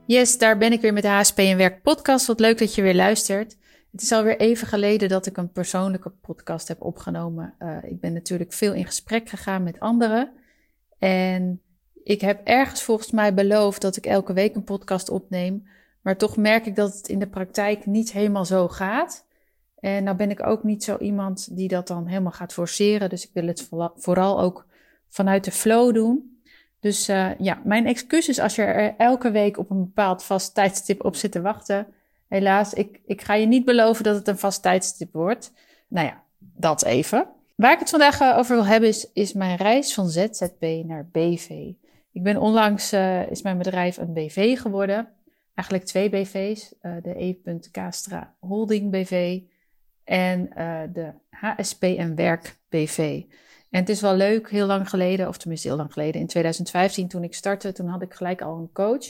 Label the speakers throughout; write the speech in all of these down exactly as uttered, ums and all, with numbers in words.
Speaker 1: Yes, daar ben ik weer met de H S P en Werk podcast. Wat leuk dat je weer luistert. Het is alweer even geleden dat ik een persoonlijke podcast heb opgenomen. Uh, ik ben natuurlijk veel in gesprek gegaan met anderen. En ik heb ergens volgens mij beloofd dat ik elke week een podcast opneem. Maar toch merk ik dat het in de praktijk niet helemaal zo gaat. En nou ben ik ook niet zo iemand die dat dan helemaal gaat forceren. Dus ik wil het vooral ook vanuit de flow doen. Dus uh, ja, mijn excuses als je er elke week op een bepaald vast tijdstip op zit te wachten. Helaas, ik, ik ga je niet beloven dat het een vast tijdstip wordt. Nou ja, dat even. Waar ik het vandaag uh, over wil hebben is, is mijn reis van Z Z P naar B V. Ik ben onlangs, uh, is mijn bedrijf een B V geworden. Eigenlijk twee B V's. Uh, de E. Kastra Holding B V en uh, de H S P en Werk B V. En het is wel leuk, heel lang geleden, of tenminste heel lang geleden, in twintig vijftien toen ik startte, toen had ik gelijk al een coach.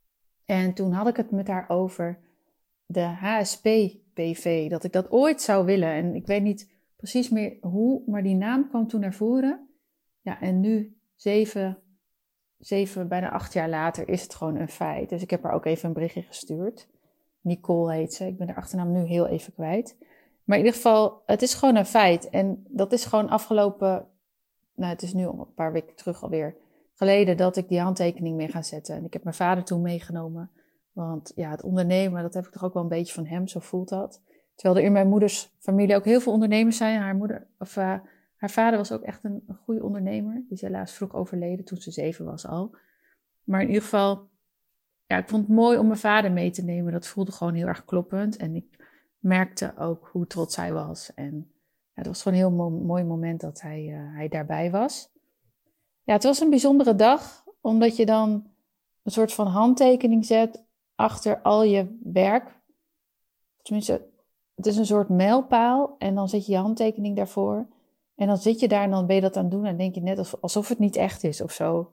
Speaker 1: En toen had ik het met haar over de H S P B V, dat ik dat ooit zou willen. En ik weet niet precies meer hoe, maar die naam kwam toen naar voren. Ja, en nu, zeven, zeven, bijna acht jaar later, is het gewoon een feit. Dus ik heb haar ook even een berichtje gestuurd. Nicole heet ze, ik ben haar achternaam nu heel even kwijt. Maar in ieder geval, het is gewoon een feit. En dat is gewoon afgelopen, nou het is nu al een paar weken terug alweer geleden, dat ik die handtekening mee ga zetten. En ik heb mijn vader toen meegenomen. Want ja, het ondernemen, dat heb ik toch ook wel een beetje van hem, zo voelt dat. Terwijl er in mijn moeders familie ook heel veel ondernemers zijn. Haar, moeder, of, uh, haar vader was ook echt een, een goede ondernemer. Die is helaas vroeg overleden toen ze zeven was al. Maar in ieder geval, ja, ik vond het mooi om mijn vader mee te nemen. Dat voelde gewoon heel erg kloppend. En ik merkte ook hoe trots hij was. En ja, het was gewoon een heel mo- mooi moment dat hij, uh, hij daarbij was. Ja, het was een bijzondere dag, omdat je dan een soort van handtekening zet achter al je werk. Tenminste, het is een soort mijlpaal en dan zet je je handtekening daarvoor. En dan zit je daar en dan ben je dat aan het doen en denk je net alsof het niet echt is of zo.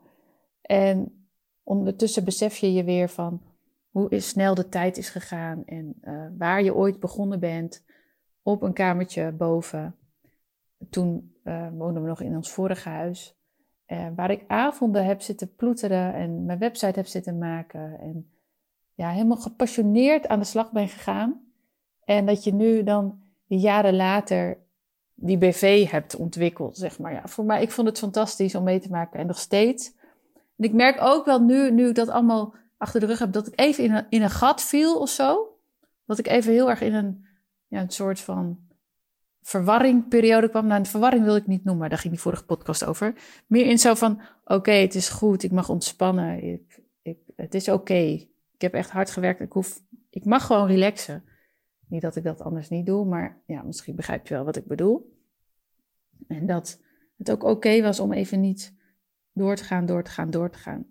Speaker 1: En ondertussen besef je je weer van hoe snel de tijd is gegaan en uh, waar je ooit begonnen bent op een kamertje boven. Toen uh, woonden we nog in ons vorige huis. Uh, waar ik avonden heb zitten ploeteren en mijn website heb zitten maken. En ja, helemaal gepassioneerd aan de slag ben gegaan. En dat je nu dan die jaren later die B V hebt ontwikkeld, zeg maar. Ja, voor mij, ik vond het fantastisch om mee te maken en nog steeds. En ik merk ook wel nu, nu ik dat allemaal achter de rug heb, dat ik even in een, in een gat viel of zo. Dat ik even heel erg in een, ja, een soort van verwarringperiode kwam. Nou, een verwarring wil ik niet noemen, daar ging die vorige podcast over. Meer in zo van, oké, okay, het is goed, ik mag ontspannen. Ik, ik, het is oké. Okay. Ik heb echt hard gewerkt, ik, hoef, ik mag gewoon relaxen. Niet dat ik dat anders niet doe, maar ja, misschien begrijp je wel wat ik bedoel. En dat het ook oké okay was om even niet door te gaan, door te gaan, door te gaan.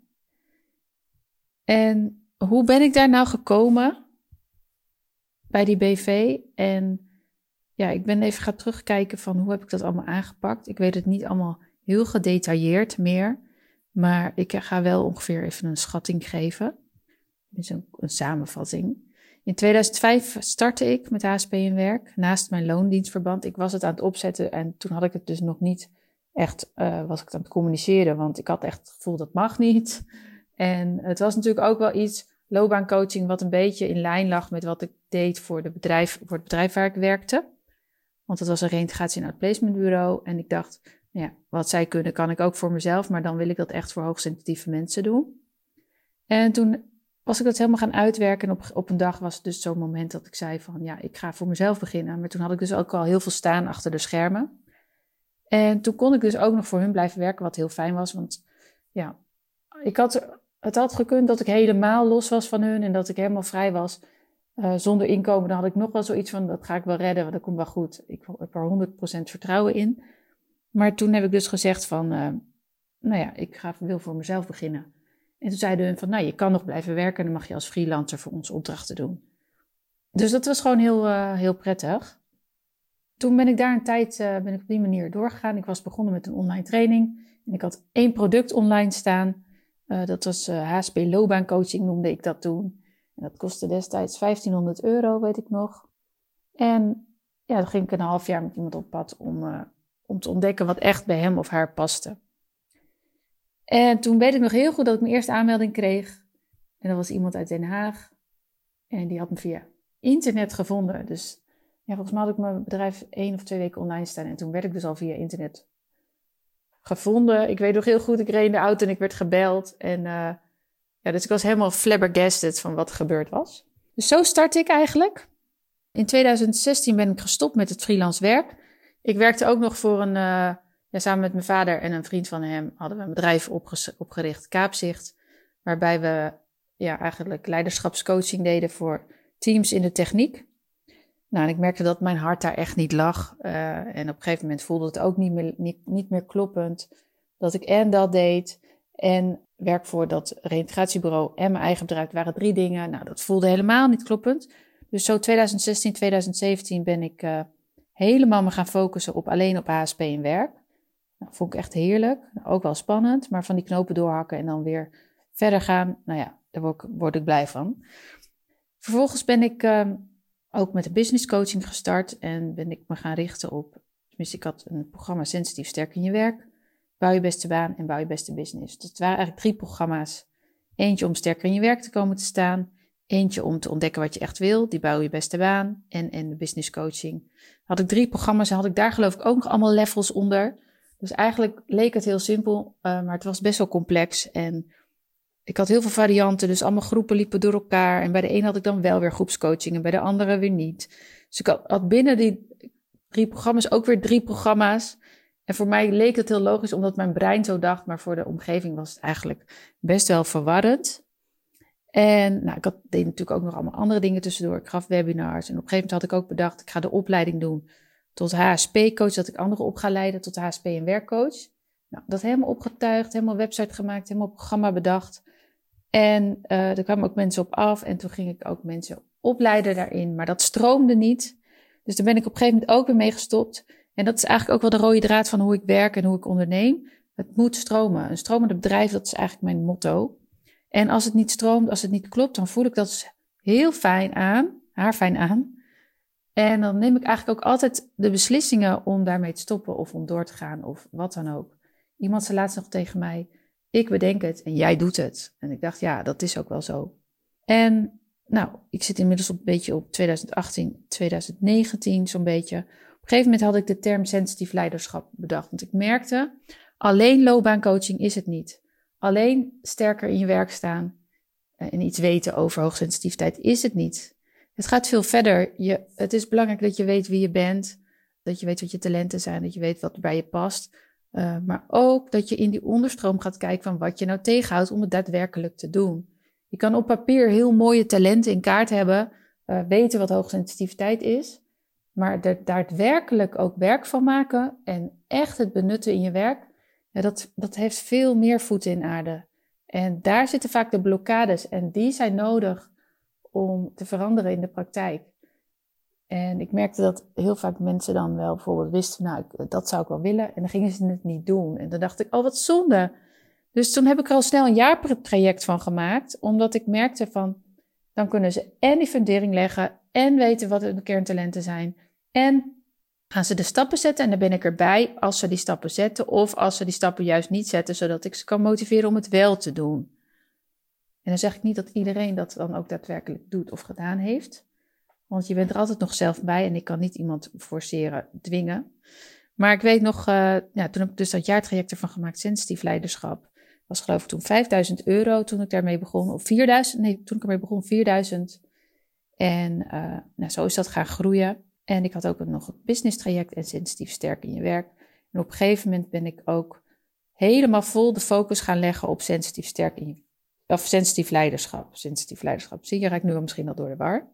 Speaker 1: En hoe ben ik daar nou gekomen bij die B V? En ja, ik ben even gaan terugkijken van hoe heb ik dat allemaal aangepakt. Ik weet het niet allemaal heel gedetailleerd meer, maar ik ga wel ongeveer even een schatting geven. Dus een, een samenvatting. In tweeduizend vijf startte ik met H S P en Werk, naast mijn loondienstverband. Ik was het aan het opzetten en toen had ik het dus nog niet echt, uh, was ik het aan het communiceren, want ik had echt het gevoel dat mag niet. En het was natuurlijk ook wel iets, loopbaancoaching, wat een beetje in lijn lag met wat ik deed voor, de bedrijf, voor het bedrijf waar ik werkte. Want het was een reïntegratie- en outplacementbureau. En ik dacht, nou ja, wat zij kunnen, kan ik ook voor mezelf, maar dan wil ik dat echt voor hoogsensitieve mensen doen. En toen was ik dat helemaal gaan uitwerken. En op, op een dag was het dus zo'n moment dat ik zei van, ja, ik ga voor mezelf beginnen. Maar toen had ik dus ook al heel veel staan achter de schermen. En toen kon ik dus ook nog voor hun blijven werken, wat heel fijn was. Want ja, ik had, het had gekund dat ik helemaal los was van hun en dat ik helemaal vrij was uh, zonder inkomen. Dan had ik nog wel zoiets van, dat ga ik wel redden, want dat komt wel goed. Ik heb er honderd procent vertrouwen in. Maar toen heb ik dus gezegd van, uh, nou ja, ik ga, wil voor mezelf beginnen. En toen zeiden hun van, nou, je kan nog blijven werken en dan mag je als freelancer voor ons opdrachten doen. Dus dat was gewoon heel, uh, heel prettig. Toen ben ik daar een tijd uh, ben ik op die manier doorgegaan. Ik was begonnen met een online training en ik had één product online staan. Uh, dat was uh, H S P loopbaancoaching noemde ik dat toen. En dat kostte destijds vijftienhonderd euro, weet ik nog. En ja, dan ging ik een half jaar met iemand op pad om, uh, om te ontdekken wat echt bij hem of haar paste. En toen weet ik nog heel goed dat ik mijn eerste aanmelding kreeg. En dat was iemand uit Den Haag. En die had me via internet gevonden. Dus ja, volgens mij had ik mijn bedrijf één of twee weken online staan. En toen werd ik dus al via internet gevonden. Ik weet nog heel goed, ik reed in de auto en ik werd gebeld. En uh, ja, dus ik was helemaal flabbergasted van wat er gebeurd was. Dus zo start ik eigenlijk. In twintig zestien ben ik gestopt met het freelance werk. Ik werkte ook nog voor een, uh, ja, samen met mijn vader en een vriend van hem hadden we een bedrijf opge- opgericht, Kaapzicht. Waarbij we ja, eigenlijk leiderschapscoaching deden voor teams in de techniek. Nou, en ik merkte dat mijn hart daar echt niet lag. Uh, en op een gegeven moment voelde het ook niet meer, niet, niet meer kloppend. Dat ik en dat deed en werk voor dat reïntegratiebureau en mijn eigen bedrijf. Het waren drie dingen. Nou, dat voelde helemaal niet kloppend. Dus zo twintig zestien, twintig zeventien ben ik uh, helemaal me gaan focussen op alleen op H S P en werk. Nou, vond ik echt heerlijk. Ook wel spannend, maar van die knopen doorhakken en dan weer verder gaan. Nou ja, daar word ik, word ik blij van. Vervolgens ben ik uh, ook met de business coaching gestart en ben ik me gaan richten op, tenminste ik had een programma Sensitief Sterk in je Werk, Bouw je beste baan en Bouw je beste business. Dus het waren eigenlijk drie programma's. Eentje om sterker in je werk te komen te staan. Eentje om te ontdekken wat je echt wil, die Bouw je beste baan en, en de business coaching. Had ik drie programma's en had ik daar geloof ik ook nog allemaal levels onder. Dus eigenlijk leek het heel simpel, uh, maar het was best wel complex en ik had heel veel varianten, dus allemaal groepen liepen door elkaar. En bij de een had ik dan wel weer groepscoaching en bij de andere weer niet. Dus ik had, had binnen die drie programma's ook weer drie programma's. En voor mij leek het heel logisch, omdat mijn brein zo dacht. Maar voor de omgeving was het eigenlijk best wel verwarrend. En nou, ik had, deed natuurlijk ook nog allemaal andere dingen tussendoor. Ik gaf webinars en op een gegeven moment had ik ook bedacht, ik ga de opleiding doen tot H S P-coach. Dat ik anderen op ga leiden tot H S P en werkcoach. Nou, dat helemaal opgetuigd, helemaal website gemaakt, helemaal programma bedacht. En uh, er kwamen ook mensen op af en toen ging ik ook mensen opleiden daarin. Maar dat stroomde niet. Dus daar ben ik op een gegeven moment ook weer mee gestopt. En dat is eigenlijk ook wel de rode draad van hoe ik werk en hoe ik onderneem. Het moet stromen. Een stromende bedrijf, dat is eigenlijk mijn motto. En als het niet stroomt, als het niet klopt, dan voel ik dat dus heel fijn aan. Haar fijn aan. En dan neem ik eigenlijk ook altijd de beslissingen om daarmee te stoppen of om door te gaan of wat dan ook. Iemand zei laatst nog tegen mij, ik bedenk het en jij doet het. En ik dacht, ja, dat is ook wel zo. En nou, ik zit inmiddels op een beetje op twintig achttien, twintig negentien zo'n beetje. Op een gegeven moment had ik de term sensitief leiderschap bedacht. Want ik merkte, alleen loopbaancoaching is het niet. Alleen sterker in je werk staan en iets weten over hoogsensitiviteit is het niet. Het gaat veel verder. Je, het is belangrijk dat je weet wie je bent. Dat je weet wat je talenten zijn. Dat je weet wat bij je past. Uh, maar ook dat je in die onderstroom gaat kijken van wat je nou tegenhoudt om het daadwerkelijk te doen. Je kan op papier heel mooie talenten in kaart hebben. Uh, weten wat hoogsensitiviteit is. Maar er daadwerkelijk ook werk van maken. En echt het benutten in je werk. Ja, dat, dat heeft veel meer voeten in aarde. En daar zitten vaak de blokkades. En die zijn nodig om te veranderen in de praktijk. En ik merkte dat heel vaak mensen dan wel bijvoorbeeld wisten, nou, dat zou ik wel willen. En dan gingen ze het niet doen. En dan dacht ik, oh, wat zonde. Dus toen heb ik er al snel een jaartraject van gemaakt. Omdat ik merkte van, dan kunnen ze en die fundering leggen en weten wat hun kerntalenten zijn. En gaan ze de stappen zetten en dan ben ik erbij als ze die stappen zetten. Of als ze die stappen juist niet zetten, zodat ik ze kan motiveren om het wel te doen. En dan zeg ik niet dat iedereen dat dan ook daadwerkelijk doet of gedaan heeft. Want je bent er altijd nog zelf bij en ik kan niet iemand forceren, dwingen. Maar ik weet nog, uh, ja, toen heb ik dus dat jaartraject ervan gemaakt, sensitief leiderschap. Was geloof ik toen vijfduizend euro toen ik daarmee begon. Of vierduizend, nee, toen ik ermee begon vierduizend. En uh, nou, zo is dat gaan groeien. En ik had ook nog het business traject en sensitief sterk in je werk. En op een gegeven moment ben ik ook helemaal vol de focus gaan leggen op sensitief sterk in je Of sensitief leiderschap. Sensitief leiderschap. Zie je, raak ik nu al misschien al door de war.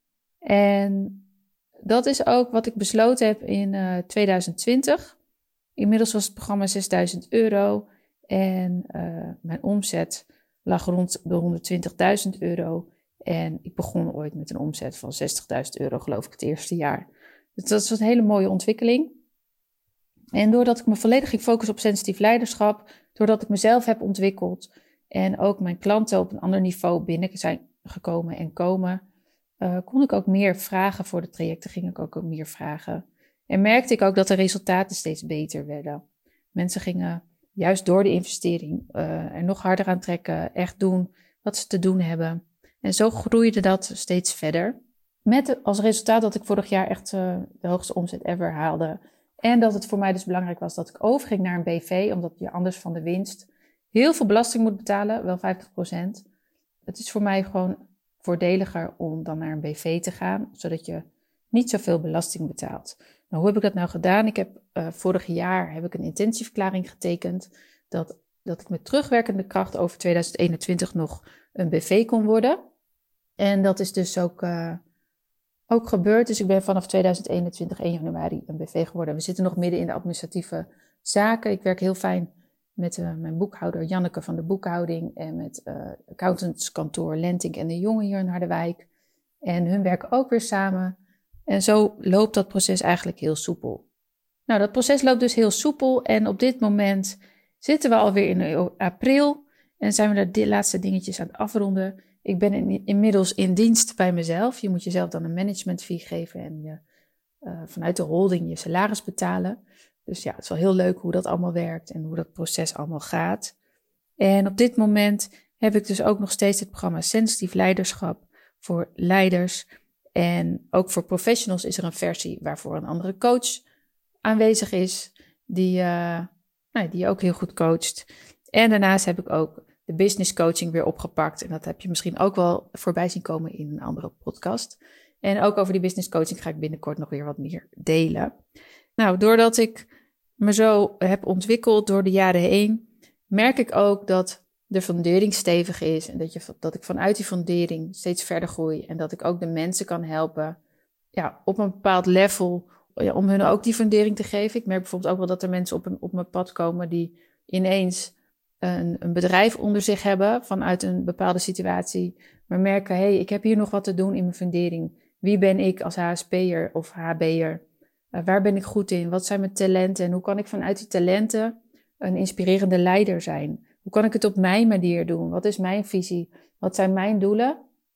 Speaker 1: En dat is ook wat ik besloten heb in uh, twintig twintig. Inmiddels was het programma zesduizend euro. En uh, mijn omzet lag rond de honderdtwintigduizend euro. En ik begon ooit met een omzet van zestigduizend euro, geloof ik, het eerste jaar. Dus dat was een hele mooie ontwikkeling. En doordat ik me volledig ging focussen op sensitief leiderschap, doordat ik mezelf heb ontwikkeld en ook mijn klanten op een ander niveau binnen zijn gekomen en komen, uh, kon ik ook meer vragen voor de trajecten, ging ik ook, ook meer vragen. En merkte ik ook dat de resultaten steeds beter werden. Mensen gingen juist door de investering uh, er nog harder aan trekken, echt doen wat ze te doen hebben. En zo groeide dat steeds verder. Met als resultaat dat ik vorig jaar echt uh, de hoogste omzet ever haalde. En dat het voor mij dus belangrijk was dat ik overging naar een B V, omdat je anders van de winst heel veel belasting moet betalen, wel vijftig procent. Het is voor mij gewoon voordeliger om dan naar een B V te gaan, zodat je niet zoveel belasting betaalt. Nou, hoe heb ik dat nou gedaan? Ik heb uh, vorig jaar heb ik een intentieverklaring getekend dat, dat ik met terugwerkende kracht over tweeduizend eenentwintig nog een B V kon worden. En dat is dus ook, uh, ook gebeurd. Dus ik ben vanaf tweeduizend eenentwintig één januari een B V geworden. We zitten nog midden in de administratieve zaken. Ik werk heel fijn met uh, mijn boekhouder Janneke van de boekhouding en met uh, accountantskantoor Lentink en de Jonge hier in Harderwijk. En hun werken ook weer samen. En zo loopt dat proces eigenlijk heel soepel. Nou, dat proces loopt dus heel soepel en op dit moment zitten we alweer in april en zijn we de laatste dingetjes aan het afronden. Ik ben in, inmiddels in dienst bij mezelf. Je moet jezelf dan een management fee geven en je uh, vanuit de holding je salaris betalen. Dus ja, het is wel heel leuk hoe dat allemaal werkt en hoe dat proces allemaal gaat. En op dit moment heb ik dus ook nog steeds het programma Sensitief Leiderschap voor leiders. En ook voor professionals is er een versie waarvoor een andere coach aanwezig is, die, uh, nou, die je ook heel goed coacht. En daarnaast heb ik ook de business coaching weer opgepakt. En dat heb je misschien ook wel voorbij zien komen in een andere podcast. En ook over die business coaching ga ik binnenkort nog weer wat meer delen. Nou, doordat ik me zo heb ontwikkeld door de jaren heen, merk ik ook dat de fundering stevig is en dat, je, dat ik vanuit die fundering steeds verder groei en dat ik ook de mensen kan helpen ja, op een bepaald level ja, om hun ook die fundering te geven. Ik merk bijvoorbeeld ook wel dat er mensen op, een, op mijn pad komen die ineens een, een bedrijf onder zich hebben vanuit een bepaalde situatie, maar merken, hé, hey, ik heb hier nog wat te doen in mijn fundering. Wie ben ik als H S P'er of H B'er? Uh, waar ben ik goed in? Wat zijn mijn talenten? En hoe kan ik vanuit die talenten een inspirerende leider zijn? Hoe kan ik het op mijn manier doen? Wat is mijn visie? Wat zijn mijn doelen?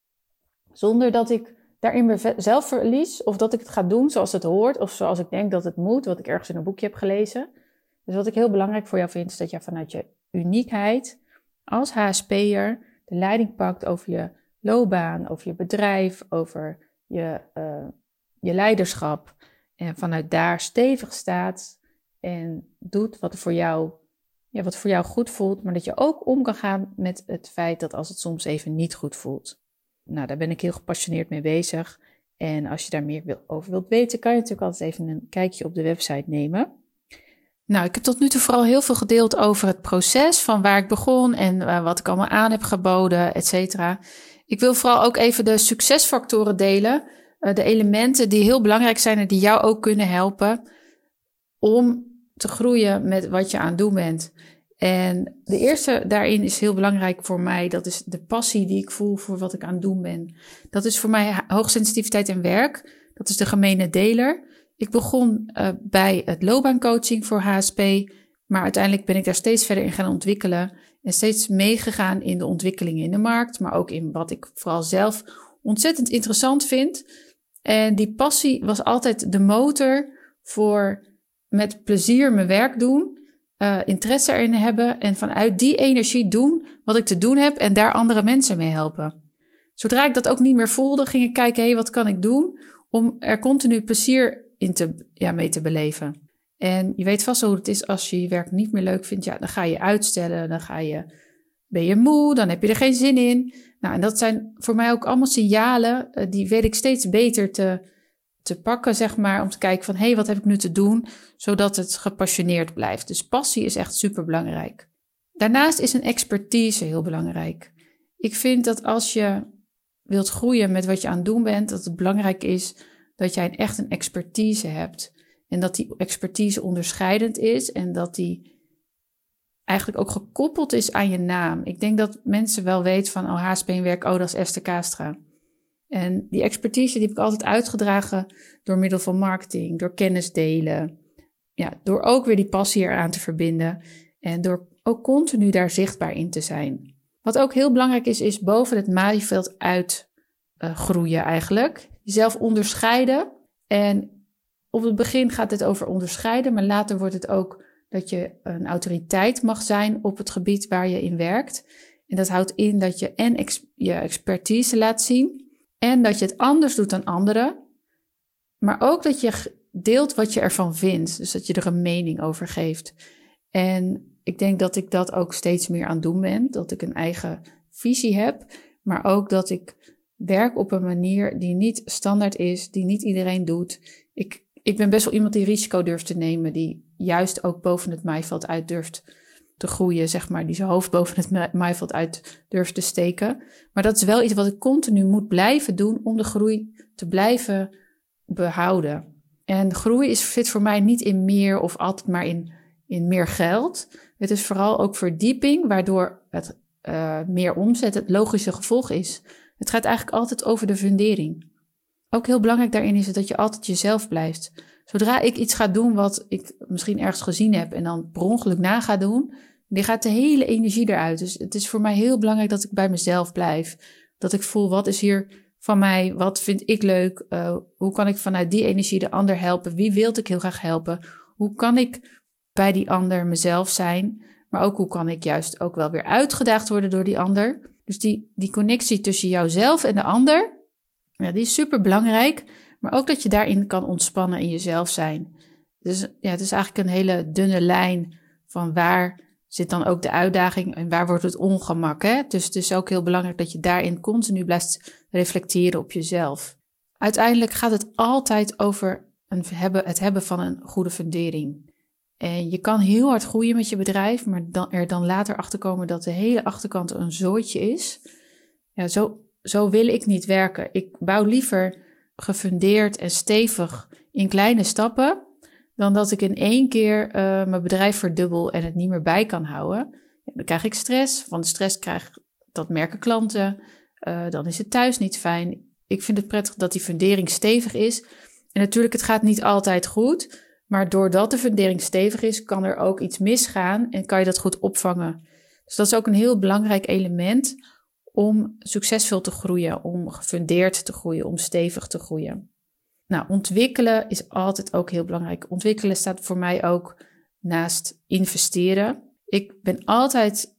Speaker 1: Zonder dat ik daarin mezelf verlies of dat ik het ga doen zoals het hoort of zoals ik denk dat het moet, wat ik ergens in een boekje heb gelezen. Dus wat ik heel belangrijk voor jou vind, is dat je vanuit je uniekheid als H S P'er de leiding pakt over je loopbaan, over je bedrijf, over je, uh, je leiderschap. En vanuit daar stevig staat en doet wat voor jou Ja, wat voor jou goed voelt, maar dat je ook om kan gaan met het feit dat als het soms even niet goed voelt. Nou, daar ben ik heel gepassioneerd mee bezig. En als je daar meer over wilt weten, kan je natuurlijk altijd even een kijkje op de website nemen. Nou, ik heb tot nu toe vooral heel veel gedeeld over het proces van waar ik begon en uh, wat ik allemaal aan heb geboden, et cetera. Ik wil vooral ook even de succesfactoren delen, uh, de elementen die heel belangrijk zijn en die jou ook kunnen helpen om te groeien met wat je aan het doen bent. En de eerste daarin is heel belangrijk voor mij. Dat is de passie die ik voel voor wat ik aan het doen ben. Dat is voor mij hoogsensitiviteit en werk. Dat is de gemene deler. Ik begon uh, bij het loopbaancoaching voor H S P. Maar uiteindelijk ben ik daar steeds verder in gaan ontwikkelen. En steeds meegegaan in de ontwikkelingen in de markt. Maar ook in wat ik vooral zelf ontzettend interessant vind. En die passie was altijd de motor voor met plezier mijn werk doen, uh, interesse erin hebben en vanuit die energie doen wat ik te doen heb en daar andere mensen mee helpen. Zodra ik dat ook niet meer voelde, ging ik kijken, hé, hey, wat kan ik doen om er continu plezier in te, ja, mee te beleven. En je weet vast wel hoe het is als je je werk niet meer leuk vindt. Ja, dan ga je uitstellen, dan ga je, ben je moe, dan heb je er geen zin in. Nou, en dat zijn voor mij ook allemaal signalen, uh, die weet ik steeds beter te te pakken, zeg maar, om te kijken van, hé, hey, wat heb ik nu te doen, zodat het gepassioneerd blijft. Dus passie is echt super belangrijk. Daarnaast is een expertise heel belangrijk. Ik vind dat als je wilt groeien met wat je aan het doen bent, dat het belangrijk is dat jij echt een expertise hebt. En dat die expertise onderscheidend is en dat die eigenlijk ook gekoppeld is aan je naam. Ik denk dat mensen wel weten van, oh, H S P en werk, oh, dat is Esther Kastra. En die expertise die heb ik altijd uitgedragen door middel van marketing, door kennis delen. Ja, door ook weer die passie eraan te verbinden en door ook continu daar zichtbaar in te zijn. Wat ook heel belangrijk is, is boven het maaiveld uit uh, groeien eigenlijk. Jezelf onderscheiden. En op het begin gaat het over onderscheiden, maar later wordt het ook dat je een autoriteit mag zijn op het gebied waar je in werkt. En dat houdt in dat je en ex- je expertise laat zien en dat je het anders doet dan anderen. Maar ook dat je deelt wat je ervan vindt. Dus dat je er een mening over geeft. En ik denk dat ik dat ook steeds meer aan het doen ben. Dat ik een eigen visie heb. Maar ook dat ik werk op een manier die niet standaard is. Die niet iedereen doet. Ik, ik ben best wel iemand die risico durft te nemen. Die juist ook boven het maaiveld uit durft te groeien. Zeg maar, die zijn hoofd boven het maaiveld uit durft te steken. Maar dat is wel iets wat ik continu moet blijven doen. Om de groei te blijven behouden. En groei is, zit voor mij niet in meer of altijd maar in, in meer geld. Het is vooral ook verdieping, waardoor het uh, meer omzet het logische gevolg is. Het gaat eigenlijk altijd over de fundering. Ook heel belangrijk daarin is het dat je altijd jezelf blijft. Zodra ik iets ga doen wat ik misschien ergens gezien heb en dan per ongeluk na ga doen, die gaat de hele energie eruit. Dus het is voor mij heel belangrijk dat ik bij mezelf blijf. Dat ik voel, wat is hier van mij, wat vind ik leuk, uh, hoe kan ik vanuit die energie de ander helpen, wie wil ik heel graag helpen, hoe kan ik bij die ander mezelf zijn, maar ook hoe kan ik juist ook wel weer uitgedaagd worden door die ander. Dus die, die connectie tussen jouzelf en de ander, ja, die is super belangrijk, maar ook dat je daarin kan ontspannen in jezelf zijn. Dus ja, het is eigenlijk een hele dunne lijn van waar zit dan ook de uitdaging en waar wordt het ongemak. Hè? Dus het is ook heel belangrijk dat je daarin continu blijft reflecteren op jezelf. Uiteindelijk gaat het altijd over een hebben, het hebben van een goede fundering. En je kan heel hard groeien met je bedrijf, maar dan, er dan later achter komen dat de hele achterkant een zooitje is. Ja, zo, zo wil ik niet werken. Ik bouw liever gefundeerd en stevig in kleine stappen, dan dat ik in één keer uh, mijn bedrijf verdubbel en het niet meer bij kan houden. Ja, dan krijg ik stress. Van de stress krijg dat merken klanten. Uh, dan is het thuis niet fijn. Ik vind het prettig dat die fundering stevig is. En natuurlijk, het gaat niet altijd goed. Maar doordat de fundering stevig is, kan er ook iets misgaan en kan je dat goed opvangen. Dus dat is ook een heel belangrijk element om succesvol te groeien, om gefundeerd te groeien, om stevig te groeien. Nou, ontwikkelen is altijd ook heel belangrijk. Ontwikkelen staat voor mij ook naast investeren. Ik ben altijd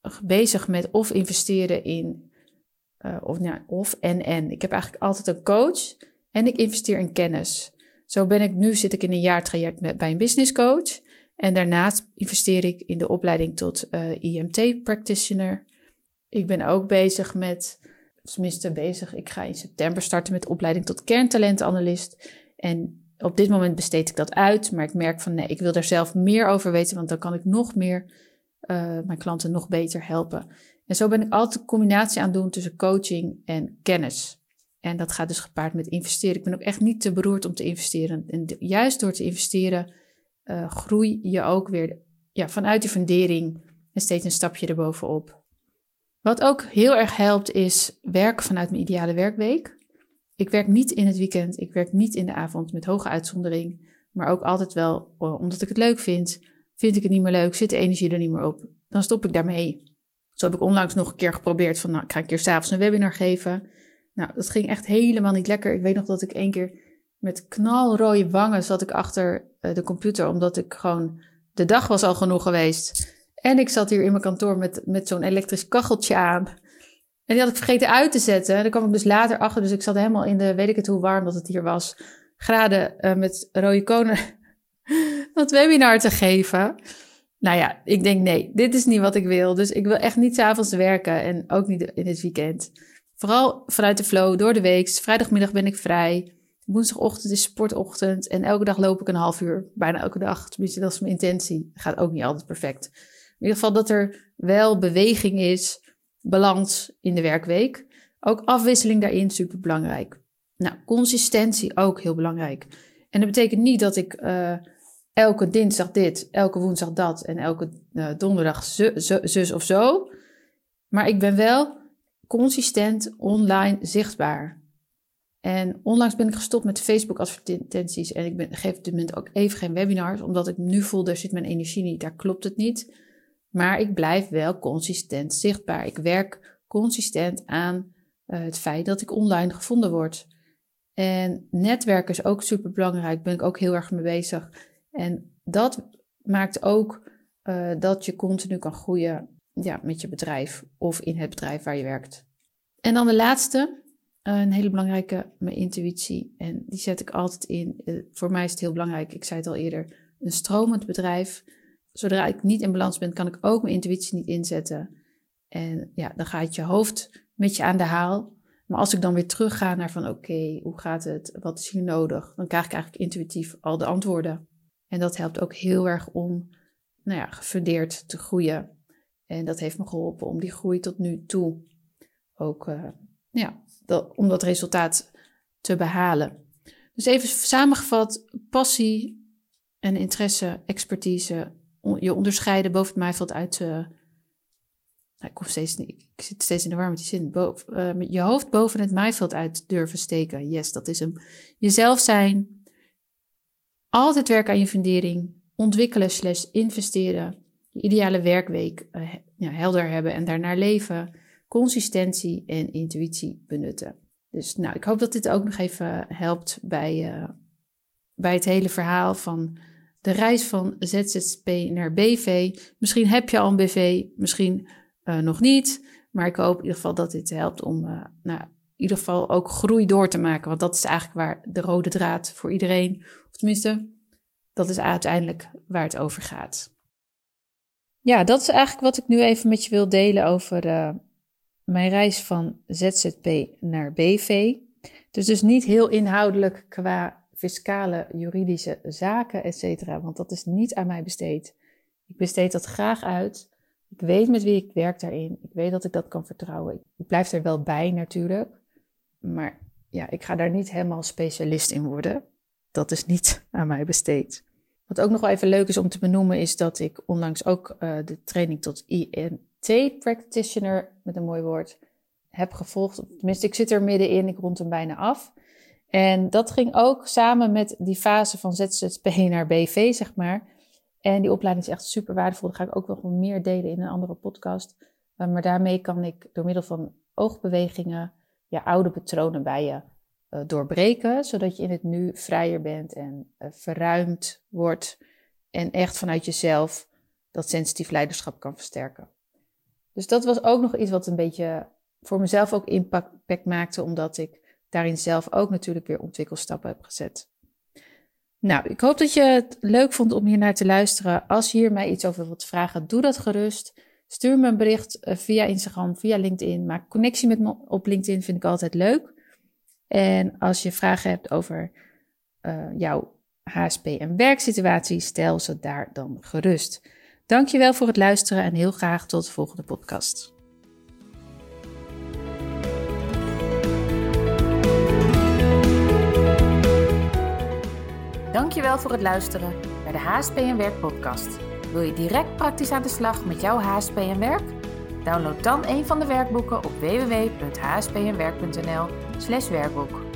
Speaker 1: bezig met of investeren in, uh, of, nou, of en en. Ik heb eigenlijk altijd een coach en ik investeer in kennis. Zo ben ik nu, zit ik in een jaartraject met, bij een business coach. En daarnaast investeer ik in de opleiding tot uh, I M T practitioner. Ik ben ook bezig met, tenminste bezig, ik ga in september starten met de opleiding tot kerntalentanalist. En op dit moment besteed ik dat uit, maar ik merk van nee, ik wil daar zelf meer over weten, want dan kan ik nog meer uh, mijn klanten nog beter helpen. En zo ben ik altijd een combinatie aan het doen tussen coaching en kennis. En dat gaat dus gepaard met investeren. Ik ben ook echt niet te beroerd om te investeren. En de, juist door te investeren uh, groei je ook weer ja, vanuit die fundering en steeds een stapje erbovenop. Wat ook heel erg helpt is werken vanuit mijn ideale werkweek. Ik werk niet in het weekend, ik werk niet in de avond met hoge uitzondering. Maar ook altijd wel, omdat ik het leuk vind, vind ik het niet meer leuk, zit de energie er niet meer op. Dan stop ik daarmee. Zo heb ik onlangs nog een keer geprobeerd van, nou, ik ga een keer 's avonds een webinar geven. Nou, dat ging echt helemaal niet lekker. Ik weet nog dat ik één keer met knalrode wangen zat ik achter uh, de computer, omdat ik gewoon, de dag was al genoeg geweest. En ik zat hier in mijn kantoor met, met zo'n elektrisch kacheltje aan. En die had ik vergeten uit te zetten. En daar kwam ik dus later achter. Dus ik zat helemaal in de, weet ik het hoe warm dat het hier was, graden uh, met rode konen dat webinar te geven. Nou ja, ik denk nee, dit is niet wat ik wil. Dus ik wil echt niet 's avonds werken en ook niet in het weekend. Vooral vanuit de flow, door de week. Vrijdagmiddag ben ik vrij. Woensdagochtend is sportochtend. En elke dag loop ik een half uur. Bijna elke dag. Tenminste, dat is mijn intentie. Gaat ook niet altijd perfect. In ieder geval dat er wel beweging is. Balans in de werkweek. Ook afwisseling daarin, super belangrijk. Nou, consistentie ook heel belangrijk. En dat betekent niet dat ik uh, elke dinsdag dit, elke woensdag dat en elke uh, donderdag zu, zu, zus of zo. Maar ik ben wel consistent online zichtbaar. En onlangs ben ik gestopt met Facebook advertenties en ik ben, geef op dit moment ook even geen webinars, omdat ik nu voel, daar zit mijn energie niet, daar klopt het niet. Maar ik blijf wel consistent zichtbaar. Ik werk consistent aan uh, het feit dat ik online gevonden word. En netwerken is ook super belangrijk, ben ik ook heel erg mee bezig. En dat maakt ook uh, dat je continu kan groeien. ja, met je bedrijf of in het bedrijf waar je werkt. En dan de laatste, een hele belangrijke, mijn intuïtie. En die zet ik altijd in. Voor mij is het heel belangrijk, ik zei het al eerder, een stromend bedrijf. Zodra ik niet in balans ben, kan ik ook mijn intuïtie niet inzetten. En ja, dan gaat je hoofd met je aan de haal. Maar als ik dan weer terug ga naar van oké, okay, hoe gaat het? Wat is hier nodig? Dan krijg ik eigenlijk intuïtief al de antwoorden. En dat helpt ook heel erg om nou ja, gefundeerd te groeien. En dat heeft me geholpen om die groei tot nu toe ook uh, ja, dat, om dat resultaat te behalen. Dus even samengevat, passie en interesse, expertise, on, je onderscheiden boven het maaiveld uit... Uh, ik, kom steeds, ik zit steeds in de war met die zin. Boven, uh, met je hoofd boven het maaiveld uit durven steken. Yes, dat is hem. Jezelf zijn. Altijd werken aan je fundering. Ontwikkelen slash investeren. Je ideale werkweek uh, ja, helder hebben en daarnaar leven. Consistentie en intuïtie benutten. Dus nou, ik hoop dat dit ook nog even helpt bij, uh, bij het hele verhaal van de reis van Z Z P naar B V. Misschien heb je al een B V, misschien uh, nog niet. Maar ik hoop in ieder geval dat dit helpt om uh, nou, in ieder geval ook groei door te maken. Want dat is eigenlijk waar de rode draad voor iedereen, of tenminste, dat is uiteindelijk waar het over gaat. Ja, dat is eigenlijk wat ik nu even met je wil delen over uh, mijn reis van Z Z P naar B V. Dus dus niet heel inhoudelijk qua fiscale, juridische zaken, et cetera. Want dat is niet aan mij besteed. Ik besteed dat graag uit. Ik weet met wie ik werk daarin. Ik weet dat ik dat kan vertrouwen. Ik blijf er wel bij natuurlijk. Maar ja, ik ga daar niet helemaal specialist in worden. Dat is niet aan mij besteed. Wat ook nog wel even leuk is om te benoemen is dat ik onlangs ook uh, de training tot I N T Practitioner, met een mooi woord, heb gevolgd. Tenminste, ik zit er middenin, ik rond hem bijna af. En dat ging ook samen met die fase van Z Z P naar B V, zeg maar. En die opleiding is echt super waardevol. Daar ga ik ook nog wel meer delen in een andere podcast. Uh, maar daarmee kan ik door middel van oogbewegingen je oude patronen bij je uh, doorbreken. Zodat je in het nu vrijer bent en uh, verruimd wordt. En echt vanuit jezelf dat sensitief leiderschap kan versterken. Dus dat was ook nog iets wat een beetje voor mezelf ook impact maakte. Omdat ik daarin zelf ook natuurlijk weer ontwikkelstappen heb gezet. Nou, ik hoop dat je het leuk vond om hier naar te luisteren. Als je hier mij iets over wilt vragen, doe dat gerust. Stuur me een bericht via Instagram, via LinkedIn. Maak connectie met me op LinkedIn, vind ik altijd leuk. En als je vragen hebt over uh, jouw H S P en werksituatie, stel ze daar dan gerust. Dankjewel voor het luisteren en heel graag tot de volgende podcast. Dankjewel voor het luisteren naar de H S P en Werk podcast. Wil je direct praktisch aan de slag met jouw H S P en Werk? Download dan een van de werkboeken op w w w punt h s p en werk punt n l slash werkboek.